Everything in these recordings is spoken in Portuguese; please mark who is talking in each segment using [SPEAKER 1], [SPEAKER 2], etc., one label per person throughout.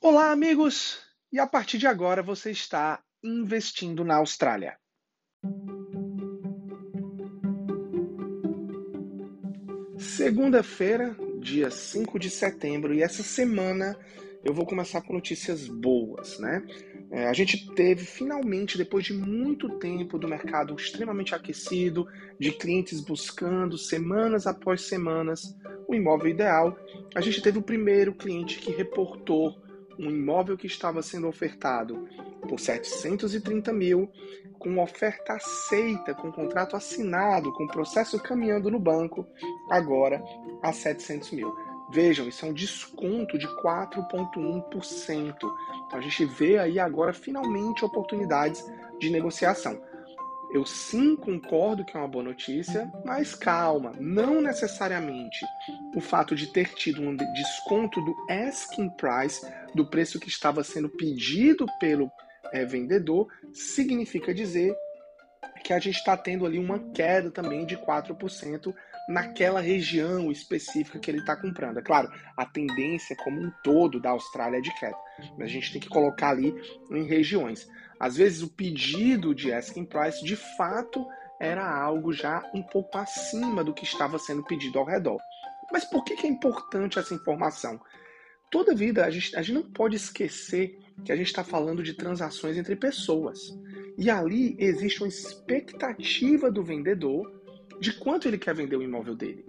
[SPEAKER 1] Olá, amigos! E a partir de agora você está investindo na Austrália. Segunda-feira, dia 5 de setembro, e essa semana eu vou começar com notícias boas, né? A gente teve finalmente, depois de muito tempo do mercado extremamente aquecido, de clientes buscando semanas após semanas o imóvel ideal, a gente teve o primeiro cliente que reportou um imóvel que estava sendo ofertado por 730 mil, com oferta aceita, com contrato assinado, com processo caminhando no banco, agora a 700 mil. Vejam, isso é um desconto de 4,1%. Então a gente vê aí agora finalmente oportunidades de negociação. Eu sim concordo que é uma boa notícia, mas calma, não necessariamente o fato de ter tido um desconto do asking price, do preço que estava sendo pedido pelo vendedor, significa dizer que a gente está tendo ali uma queda também de 4% naquela região específica que ele está comprando. É claro, a tendência como um todo da Austrália é de queda, mas a gente tem que colocar ali em regiões. Às vezes o pedido de asking price de fato era algo já um pouco acima do que estava sendo pedido ao redor. Mas por que é importante essa informação? Toda vida, a gente não pode esquecer que a gente está falando de transações entre pessoas. E ali existe uma expectativa do vendedor de quanto ele quer vender o imóvel dele.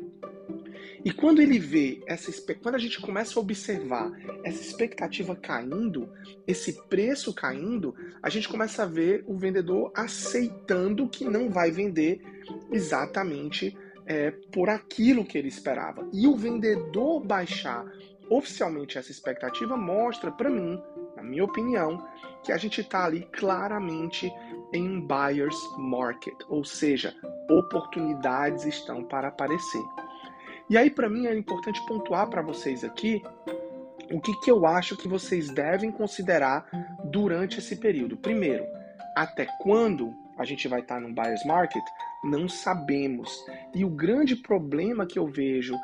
[SPEAKER 1] E quando ele vê quando a gente começa a observar essa expectativa caindo, esse preço caindo, a gente começa a ver o vendedor aceitando que não vai vender exatamente por aquilo que ele esperava. E o vendedor baixar oficialmente essa expectativa mostra para mim, na minha opinião, que a gente está ali claramente em um buyer's market, ou seja, oportunidades estão para aparecer. E aí, para mim, é importante pontuar para vocês aqui o que eu acho que vocês devem considerar durante esse período. Primeiro, até quando a gente vai estar num buyer's market? Não sabemos. E o grande problema que eu vejo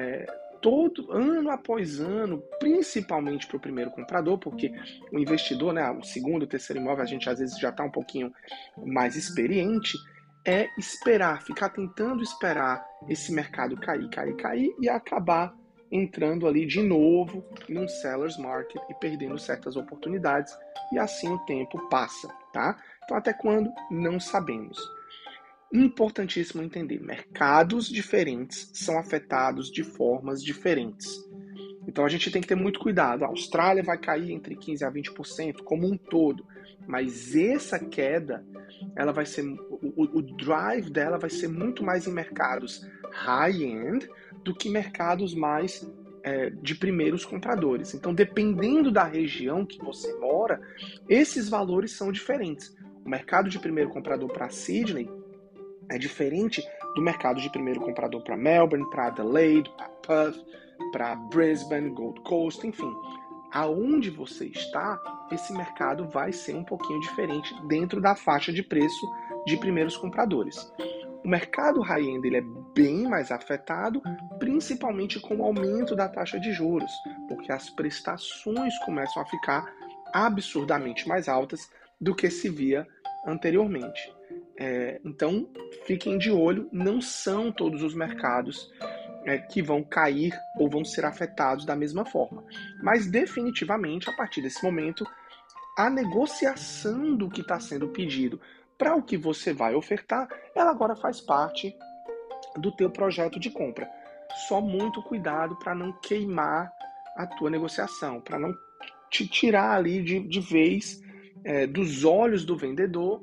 [SPEAKER 1] todo ano após ano, principalmente para o primeiro comprador, porque o investidor, né, o segundo, o terceiro imóvel, a gente às vezes já está um pouquinho mais experiente, é esperar, ficar tentando esperar esse mercado cair e acabar entrando ali de novo num seller's market e perdendo certas oportunidades, e assim o tempo passa, tá? Então até quando? Não sabemos. Importantíssimo entender, mercados diferentes são afetados de formas diferentes. Então a gente tem que ter muito cuidado. A Austrália vai cair entre 15% a 20% como um todo, mas essa queda, ela vai ser, o drive dela vai ser muito mais em mercados high-end do que mercados mais de primeiros compradores. Então, dependendo da região que você mora, esses valores são diferentes. O mercado de primeiro comprador para Sydney é diferente do mercado de primeiro comprador para Melbourne, para Adelaide, para Perth, para Brisbane, Gold Coast, enfim. Aonde você está, esse mercado vai ser um pouquinho diferente dentro da faixa de preço de primeiros compradores. O mercado high-end ele é bem mais afetado, principalmente com o aumento da taxa de juros, porque as prestações começam a ficar absurdamente mais altas do que se via anteriormente. Então, fiquem de olho, não são todos os mercados que vão cair ou vão ser afetados da mesma forma. Mas, definitivamente, a partir desse momento, a negociação do que está sendo pedido para o que você vai ofertar, ela agora faz parte do teu projeto de compra. Só muito cuidado para não queimar a tua negociação, para não te tirar ali de vez dos olhos do vendedor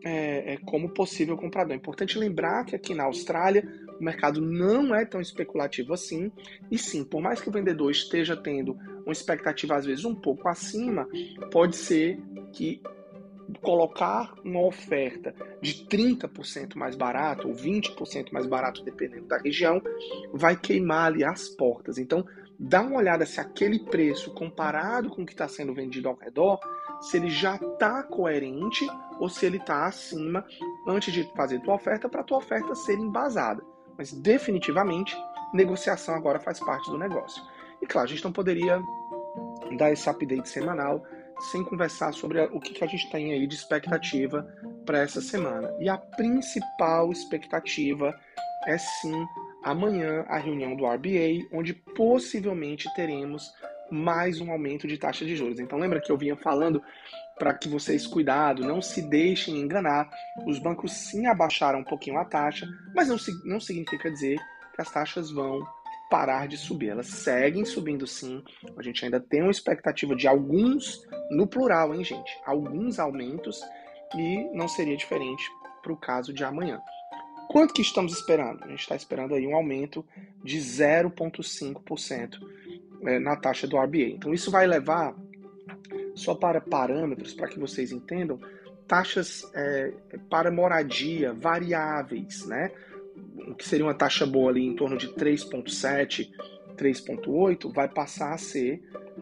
[SPEAKER 1] como possível comprador. É importante lembrar que aqui na Austrália o mercado não é tão especulativo assim, e sim, por mais que o vendedor esteja tendo uma expectativa às vezes um pouco acima, pode ser que colocar uma oferta de 30% mais barato ou 20% mais barato, dependendo da região, vai queimar ali as portas. Então, dá uma olhada se aquele preço, comparado com o que está sendo vendido ao redor, se ele já está coerente ou se ele está acima antes de fazer tua oferta, para tua oferta ser embasada. Mas, definitivamente, negociação agora faz parte do negócio. E, claro, a gente não poderia dar esse update semanal, sem conversar sobre o que a gente tem aí de expectativa para essa semana. E a principal expectativa é sim amanhã a reunião do RBA, onde possivelmente teremos mais um aumento de taxa de juros. Então lembra que eu vinha falando para que vocês, cuidado, não se deixem enganar. Os bancos sim abaixaram um pouquinho a taxa, mas não significa dizer que as taxas vão parar de subir. Elas seguem subindo sim. A gente ainda tem uma expectativa de alguns, no plural, hein, gente? Alguns aumentos, e não seria diferente para o caso de amanhã. Quanto que estamos esperando? A gente está esperando aí um aumento de 0,5% na taxa do RBA. Então isso vai levar, só para parâmetros, para que vocês entendam, taxas para moradia variáveis, né? O que seria uma taxa boa ali em torno de 3,7, 3,8, vai passar a ser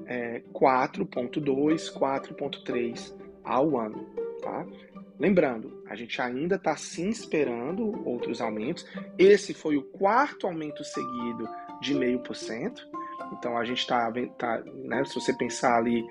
[SPEAKER 1] 4,2, 4,3 ao ano, tá? Lembrando, a gente ainda está sim esperando outros aumentos. Esse foi o quarto aumento seguido de 0,5%. Então a gente está, né, se você pensar ali,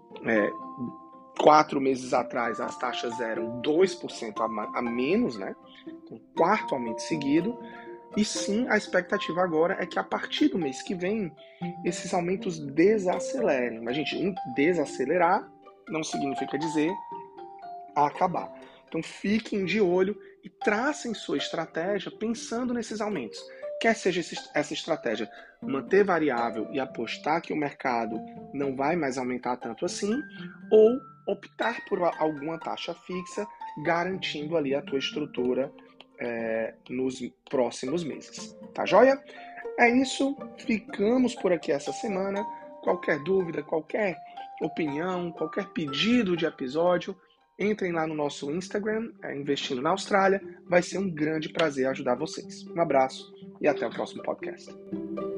[SPEAKER 1] 4 meses atrás as taxas eram 2% a menos, né? Então, quarto aumento seguido. E sim, a expectativa agora é que a partir do mês que vem, esses aumentos desacelerem. Mas, gente, desacelerar não significa dizer acabar. Então, fiquem de olho e tracem sua estratégia pensando nesses aumentos. Quer seja essa estratégia manter variável e apostar que o mercado não vai mais aumentar tanto assim, ou optar por alguma taxa fixa, garantindo ali a tua estrutura nos próximos meses. Tá joia? É isso, ficamos por aqui essa semana. Qualquer dúvida, qualquer opinião, qualquer pedido de episódio, entrem lá no nosso Instagram, Investindo na Austrália. Vai ser um grande prazer ajudar vocês. Um abraço e até o próximo podcast.